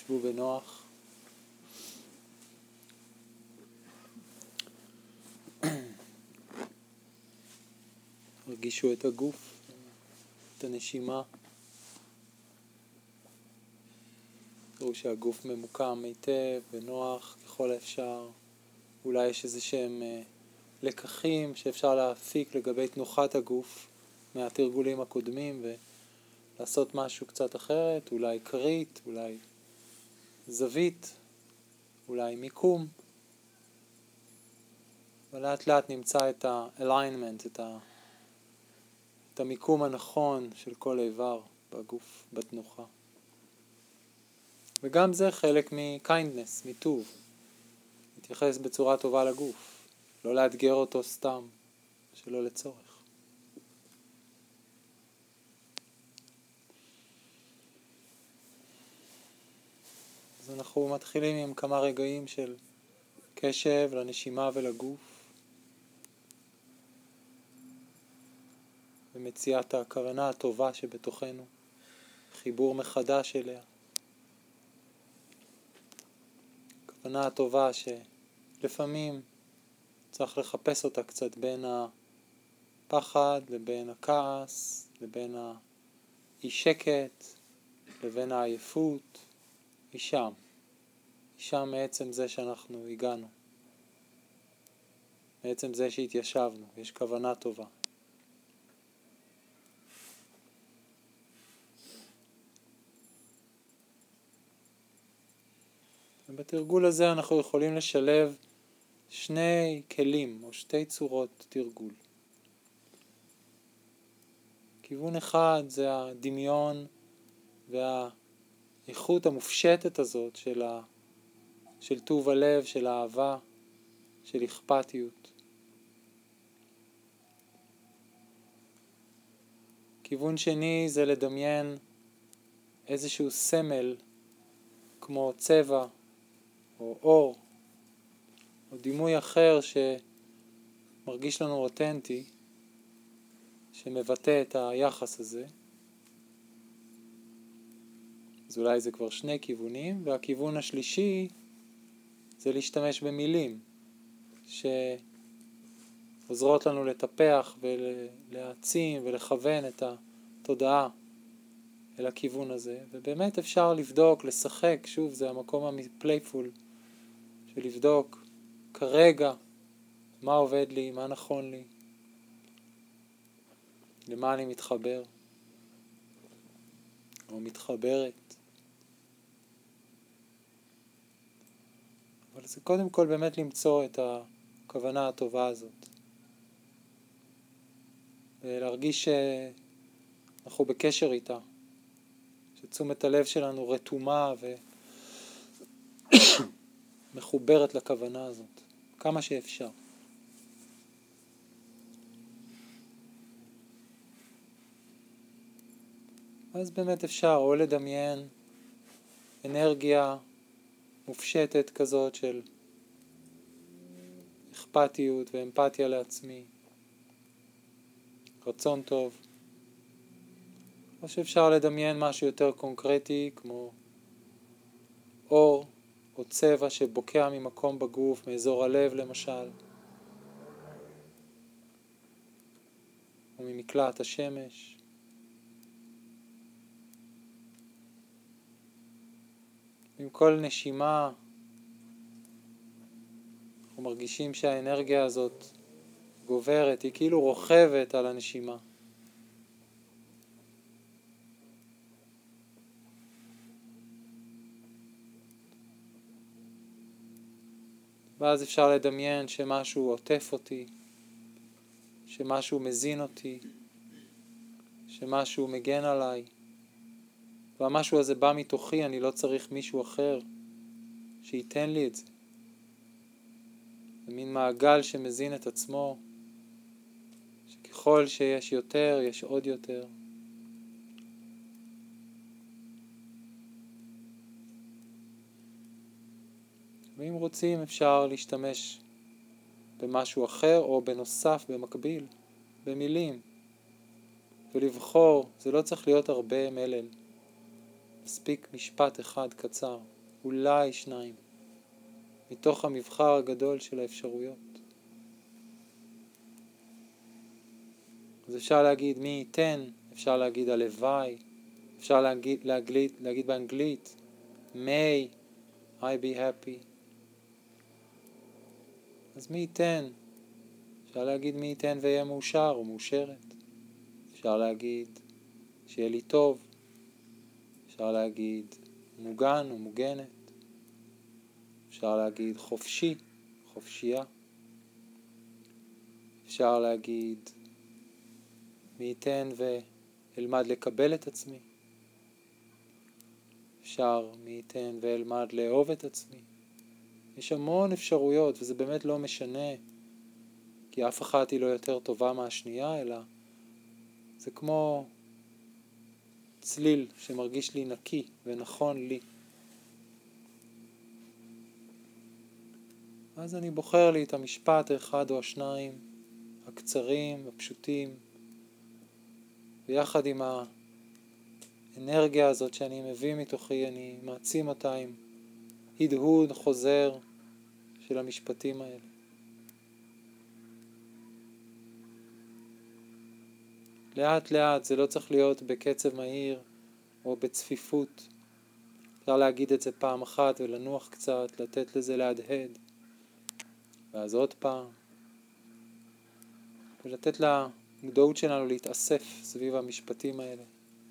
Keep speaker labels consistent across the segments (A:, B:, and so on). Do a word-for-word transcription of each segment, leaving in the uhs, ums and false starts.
A: שבו בנוח. הרגישו את הגוף, את הנשימה. תראו שהגוף ממוקם היטב ונוח ככל האפשר. אולי יש איזה שהם לקחים שאפשר להפיק לגבי תנוחת הגוף מהתרגולים הקודמים ולעשות משהו קצת אחרת, אולי קרית, אולי זווית, אולי מיקום. ולאט לאט נמצא את ה-alignment, את, ה- את המיקום הנכון של כל איבר בגוף, בתנוחה. וגם זה חלק מ-kindness, מטוב. להתייחס בצורה טובה לגוף. לא לאתגר אותו סתם, שלא לצורך. אז אנחנו מתחילים עם כמה רגעים של קשב לנשימה ולגוף. ומציאת הכוונה הטובה שבתוכנו. חיבור מחדש אליה. הכוונה הטובה שלפעמים צריך לחפש אותה קצת בין הפחד לבין הכעס, לבין האי שקט, לבין העייפות. היא שם. היא שם מעצם זה שאנחנו הגענו. מעצם זה שהתיישבנו. יש כוונה טובה. ובתרגול הזה אנחנו יכולים לשלב שני כלים או שתי צורות תרגול. כיוון אחד זה הדמיון והאיכות המופשטת הזאת של, ה... של טוב הלב, של האהבה, של אכפתיות. כיוון שני זה לדמיין איזשהו סמל כמו צבע או אור או דימוי אחר שמרגיש לנו אותנטי, שמבטא את היחס הזה. אז אולי זה כבר שני כיוונים, והכיוון השלישי זה להשתמש במילים שעוזרות לנו לטפח ולהעצים ולכוון את התודעה אל הכיוון הזה. ובאמת אפשר לבדוק, לשחק, שוב זה המקום הפלייפול של לבדוק כרגע מה עובד לי, מה נכון לי, למה אני מתחבר או מתחברת. אבל זה קודם כל באמת למצוא את הכוונה הטובה הזאת. ולהרגיש שאנחנו בקשר איתה. שתשומת הלב שלנו רתומה ומחוברת לכוונה הזאת. כמה שאפשר. אז באמת אפשר או לדמיין אנרגיה מופשטת כזאת של אכפתיות ואמפתיה לעצמי, רצון טוב, או שאפשר לדמיין משהו יותר קונקרטי כמו אור או צבע שבוקע ממקום בגוף, מאזור הלב למשל, או ממקלעת השמש. עם כל נשימה אנחנו מרגישים שהאנרגיה הזאת גוברת, היא כאילו רוכבת על הנשימה. ואז אפשר לדמיין שמשהו עוטף אותי, שמשהו מזין אותי, שמשהו מגן עליי. והמשהו הזה בא מתוכי, אני לא צריך מישהו אחר שייתן לי את זה. זה מין מעגל שמזין את עצמו, שככל שיש יותר, יש עוד יותר. ואם רוצים אפשר להשתמש במשהו אחר או בנוסף, במקביל, במילים. ולבחור, זה לא צריך להיות הרבה מלל. מספיק משפט אחד קצר. אולי שניים, מתוך המבחר הגדול של האפשרויות. אז אפשר להגיד מי ייתן, אפשר להגיד הלוואי, אפשר להגיד, להגיד, להגיד באנגלית may I be happy. אז מי ייתן, אפשר להגיד מי ייתן ויהיה מאושר או מאושרת, אפשר להגיד שיהיה לי טוב, אפשר להגיד מוגן או מוגנת, אפשר להגיד חופשי, חופשייה, אפשר להגיד מי ייתן ואלמד לקבל את עצמי, אפשר מי ייתן ואלמד לאהוב את עצמי. יש המון אפשרויות, וזה באמת לא משנה, כי אף אחת היא לא יותר טובה מהשנייה, אלא זה כמו צליל שמרגיש לי נקי ונכון לי. אז אני בוחר לי את המשפט האחד או השניים, הקצרים, הפשוטים, ויחד עם האנרגיה הזאת שאני מביא מתוכי, אני מעצים אותה עם הדהוד חוזר של המשפטים האלה. לאט לאט, זה לא צריך להיות בקצב מהיר או בצפיפות. אפשר להגיד את זה פעם אחת ולנוח קצת, לתת לזה להדהד, ואז עוד פעם, ולתת למודעות שלנו להתאסף סביב המשפטים האלה.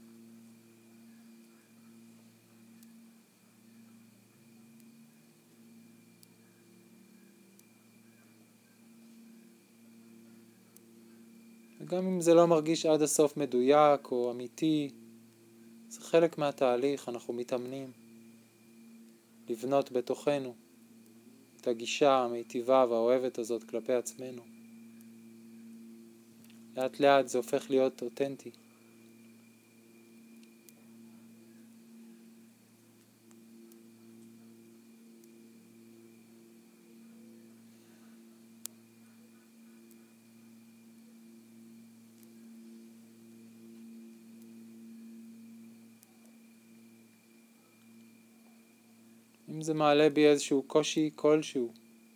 A: וגם אם זה לא מרגיש עד הסוף מדויק או אמיתי, זה חלק מהתהליך, אנחנו מתאמנים לבנות בתוכנו את הגישה המיטיבה והאוהבת הזאת כלפי עצמנו. לאט לאט זה הופך להיות אותנטי. אם זה מעלה בי איזשהו קושי כלשהו,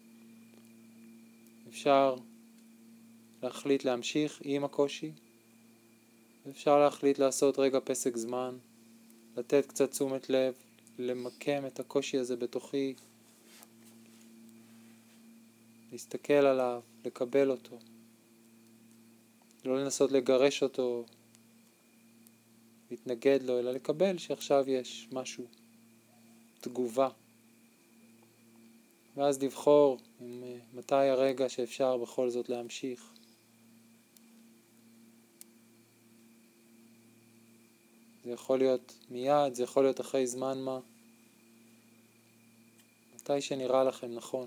A: אפשר להחליט להמשיך עם הקושי, ואפשר להחליט לעשות רגע פסק זמן, לתת קצת תשומת לב, למקם את הקושי הזה בתוכי, להסתכל עליו, לקבל אותו, לא לנסות לגרש אותו, להתנגד לו, אלא לקבל שעכשיו יש משהו, תגובה. ואז לבחור עם מתי הרגע שאפשר בכל זאת להמשיך. זה יכול להיות מיד, זה יכול להיות אחרי זמן מה. מתי שנראה לכם נכון.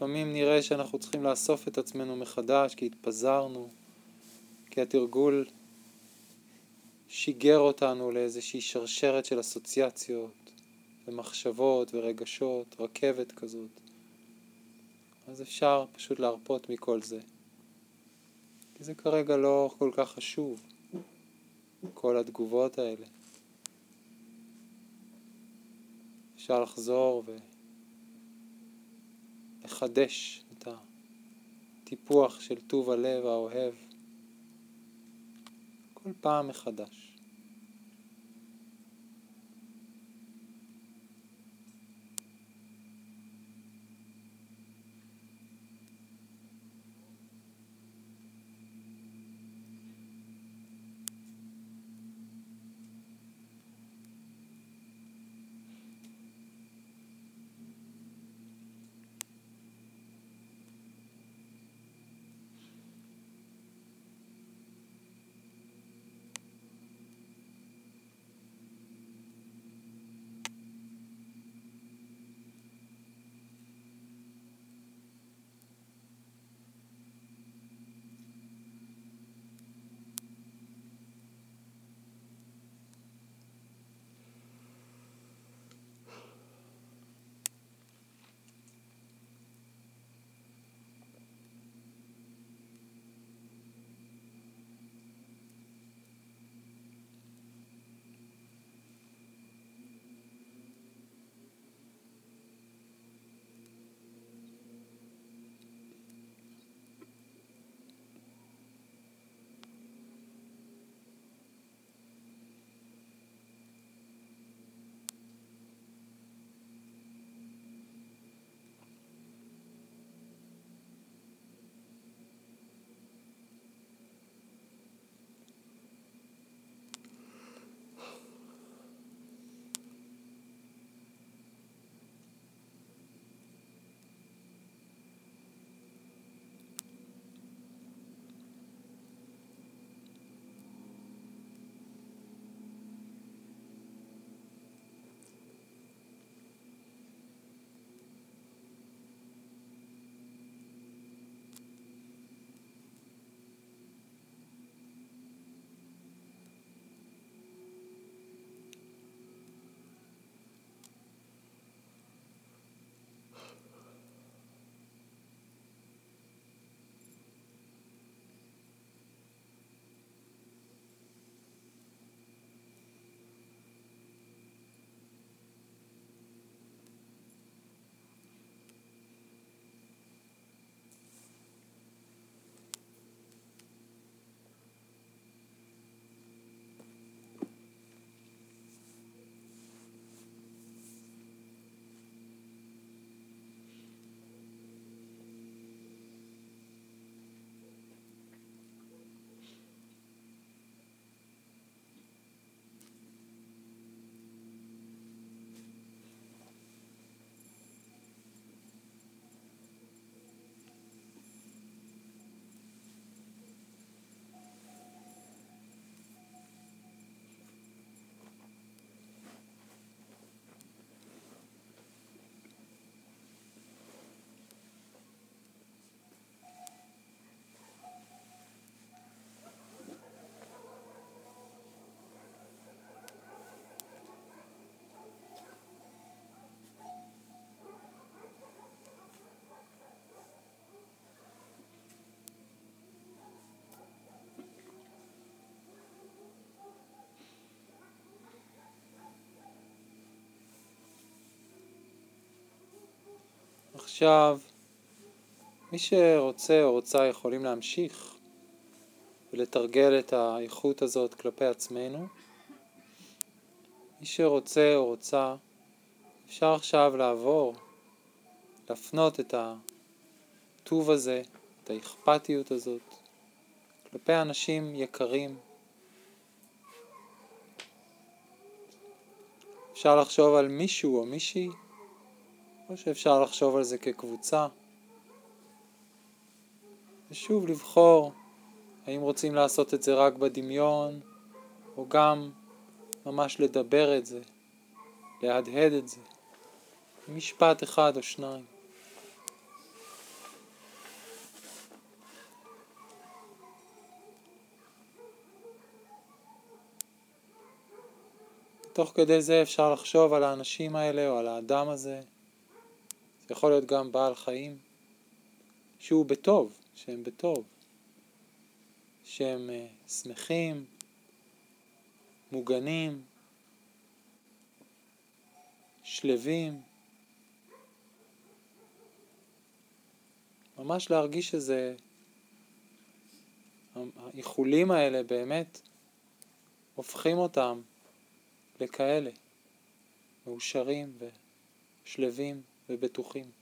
A: לפעמים נראה שאנחנו צריכים לאסוף את עצמנו מחדש, כי התפזרנו, כי התרגול שיגר אותנו לאיזושהי שרשרת של אסוציאציות ומחשבות ורגשות, רכבת כזאת. אז אפשר פשוט להרפות מכל זה. כי זה כרגע לא כל כך חשוב, כל התגובות האלה. אפשר לחזור ולחדש את הטיפוח של טוב הלב האוהב כל פעם מחדש. עכשיו, מי שרוצה או רוצה יכולים להמשיך ולתרגל את האיכות הזאת כלפי עצמנו. מי שרוצה או רוצה, אפשר עכשיו לעבור, להפנות את הטוב הזה, את האכפתיות הזאת, כלפי אנשים יקרים. אפשר לחשוב על מישהו או מישהי, או שאפשר לחשוב על זה כקבוצה. ושוב לבחור האם רוצים לעשות את זה רק בדמיון, או גם ממש לדבר את זה, להדהד את זה, משפט אחד או שניים. תוך כדי זה אפשר לחשוב על האנשים האלה או על האדם הזה. זה יכול להיות גם בעל חיים, שהוא בטוב, שהם בטוב, שהם uh, שמחים, מוגנים, שלבים. ממש להרגיש שזה, האיחולים האלה באמת הופכים אותם לכאלה, מאושרים ושלבים ובטוחים.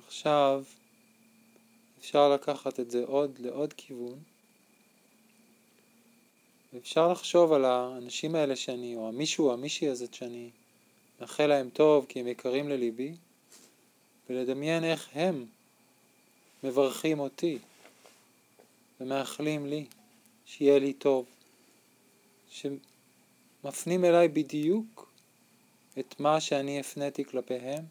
A: עכשיו אפשר לקחת את זה עוד לעוד כיוון, ואפשר לחשוב על האנשים האלה שאני, או המישהו או המישהי הזאת שאני מאחל להם טוב כי הם יקרים לליבי, ולדמיין איך הם מברכים אותי ומאחלים לי שיהיה לי טוב, שמפנים אליי בדיוק את מה שאני הפניתי כלפיהם,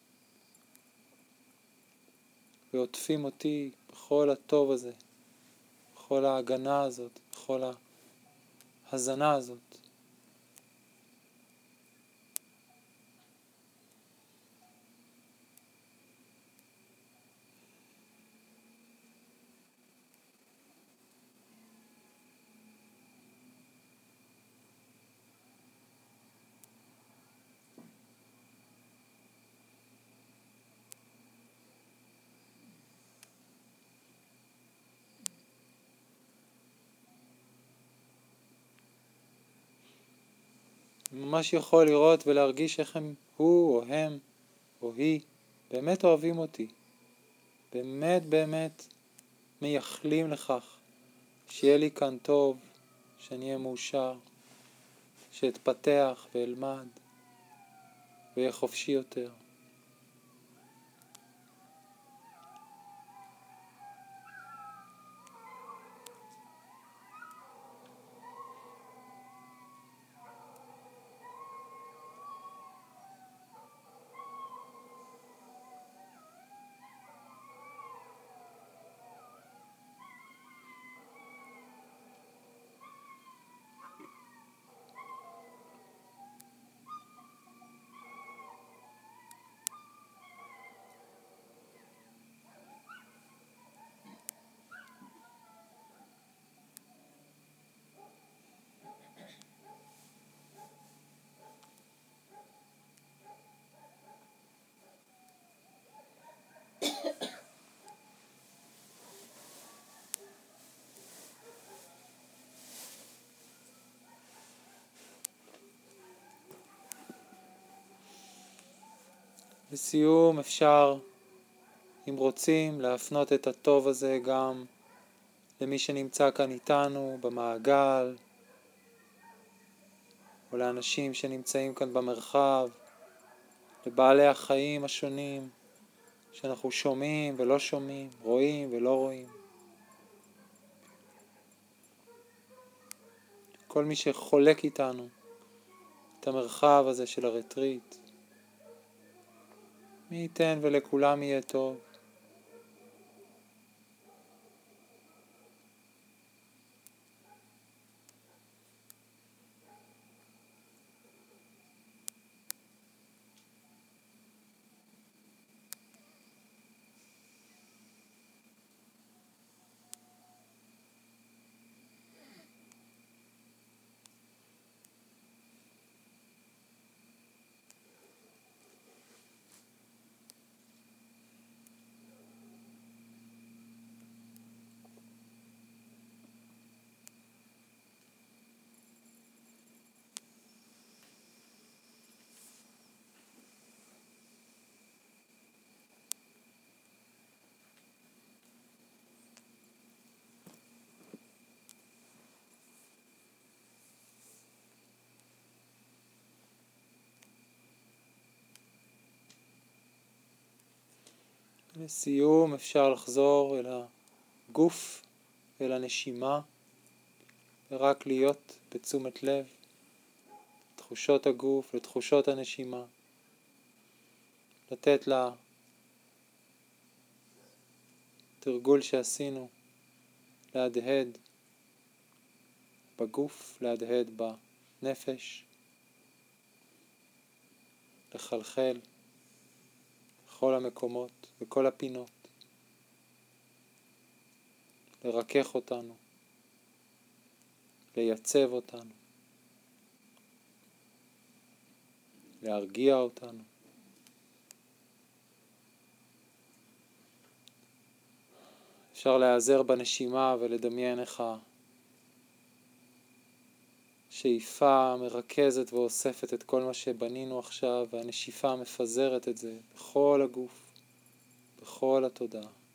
A: ועוטפים אותי בכל הטוב הזה, בכל ההגנה הזאת, בכל ההזנה הזאת. ממש יכול לראות ולהרגיש איך הם, הוא או הם או היא, באמת אוהבים אותי. באמת באמת מייחלים לכך שיהיה לי כאן טוב, שאני אהיה מאושר, שאתפתח ואלמד ויהיה חופשי יותר. לסיום אפשר, אם רוצים, להפנות את הטוב הזה גם למי שנמצא כאן איתנו במעגל, או לאנשים שנמצאים כאן במרחב, לבעלי החיים השונים שאנחנו שומעים ולא שומעים, רואים ולא רואים. כל מי שחולק איתנו את המרחב הזה של הרטריט. מי ייתן ולכולם יהיה טוב. לסיום אפשר לחזור אל הגוף, אל הנשימה, ורק להיות בתשומת לב, לתחושות הגוף, לתחושות הנשימה. לתת לתרגול שעשינו להדהד בגוף, להדהד בנפש, לחלחל בכל המקומות, בכל הפינות, לרכך אותנו, לייצב אותנו, להרגיע אותנו. אפשר להיעזר בנשימה ולדמיין איך השאיפה מרכזת ואוספת את כל מה שבנינו עכשיו, והנשיפה מפזרת את זה בכל הגוף, בכל התודעה.